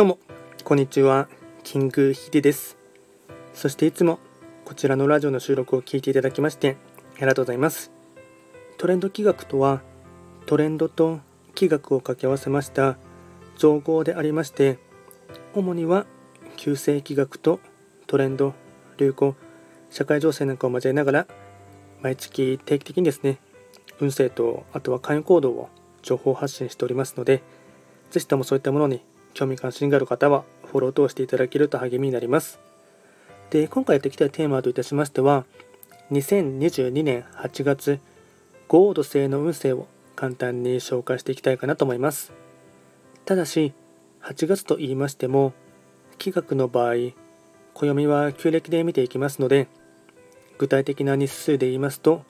どうもこんにちは、キングヒデです。そしていつもこちらのラジオの収録を聞いていただきましてありがとうございます。トレンド企画とは、トレンドと企画を掛け合わせました造語でありまして、主には旧世企画とトレンド、流行、社会情勢なんかを交えながら毎月定期的にですね、運勢とあとは関与行動を情報発信しておりますので、ぜひともそういったものに興味関心がある方はフォローとしていただけると励みになります。で、今回やっていきたいテーマといたしましては、2022年8月豪土星の運勢を簡単に紹介していきたいかなと思います。ただし8月と言いましても、企画の場合暦は旧暦で見ていきますので、具体的な日数で言いますと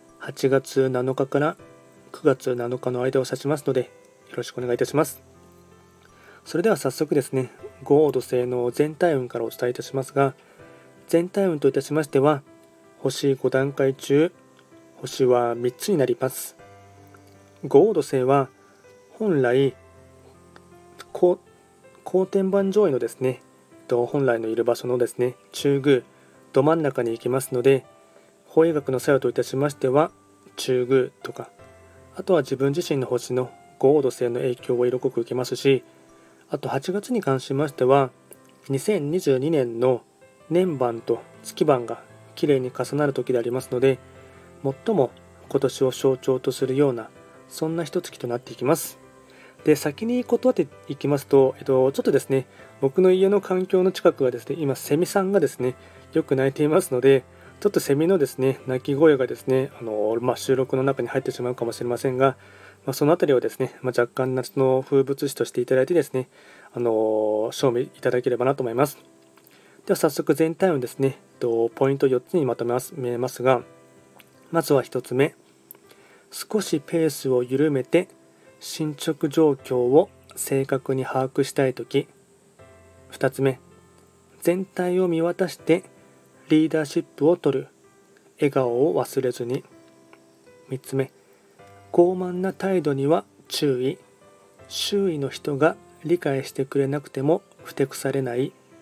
8月7日から9月7日の間を指しますので、よろしくお願いいたします。それでは早速ですね、豪土星の全体運からお伝えいたしますが、全体運といたしましては、星5段階中星は3つになります。豪土星は本来公天板上位のですね、本来のいる場所のですね、中宮ど真ん中に行きますので、法医学の作用といたしましては中宮とか、あとは自分自身の星の豪土星の影響を色濃く受けますし、あと8月に関しましては2022年の年番と月番がきれいに重なる時でありますので、最も今年を象徴とするようなそんな一月となっていきます。で、先に断っていきますと、ちょっとですね、僕の家の環境の近くはですね、今セミさんがですねよく鳴いていますので、ちょっとセミのですね鳴き声がですね収録の中に入ってしまうかもしれませんが、そのあたりをですね、若干夏の風物詩としていただいてですね、賞味いただければなと思います。では早速全体運ですね、ポイント4つにまとめますが、まずは1つ目、少しペースを緩めて進捗状況を正確に把握したいとき。2つ目、全体を見渡してリーダーシップを取る、笑顔を忘れずに。3つ目、傲慢な態度には注意、周囲の人が理解してくれなくてもふてくされない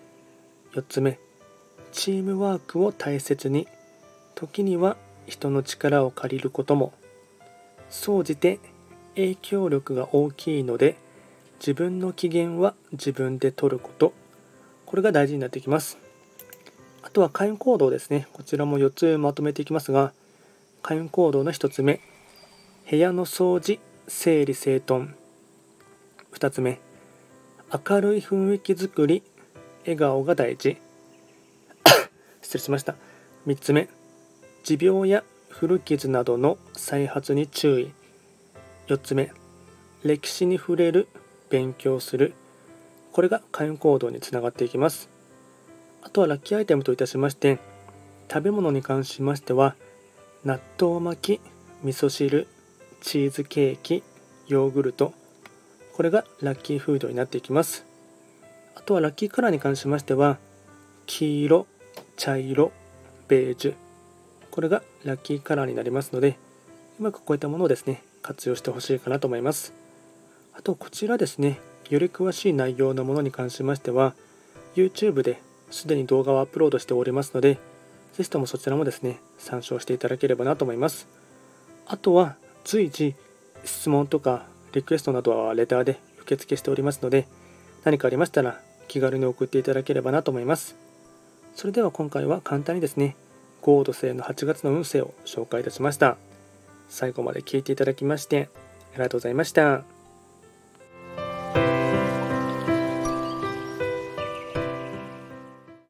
。4つ目、チームワークを大切に、時には人の力を借りることも。総じて影響力が大きいので、自分の機嫌は自分で取ること、これが大事になってきます。あとは開運行動ですね、こちらも4つまとめていきますが、開運行動の1つ目、部屋の掃除、整理整頓。2つ目、明るい雰囲気づくり、笑顔が大事。失礼しました。3つ目、持病や古傷などの再発に注意。4つ目、歴史に触れる、勉強する。これが開運行動につながっていきます。あとはラッキーアイテムといたしまして、食べ物に関しましては納豆巻き、味噌汁、チーズケーキ、ヨーグルト、これがラッキーフードになっていきます。あとはラッキーカラーに関しましては黄色、茶色、ベージュ、これがラッキーカラーになりますので、うまくこういったものをですね活用してほしいかなと思います。あとこちらですね、より詳しい内容のものに関しましては YouTube ですでに動画をアップロードしておりますので、ぜひともそちらもですね参照していただければなと思います。あとは随時質問とかリクエストなどはレターで受付しておりますので、何かありましたら気軽に送っていただければなと思います。それでは今回は簡単にですね、豪土星の8月の運勢を紹介いたしました。最後まで聞いていただきましてありがとうございました。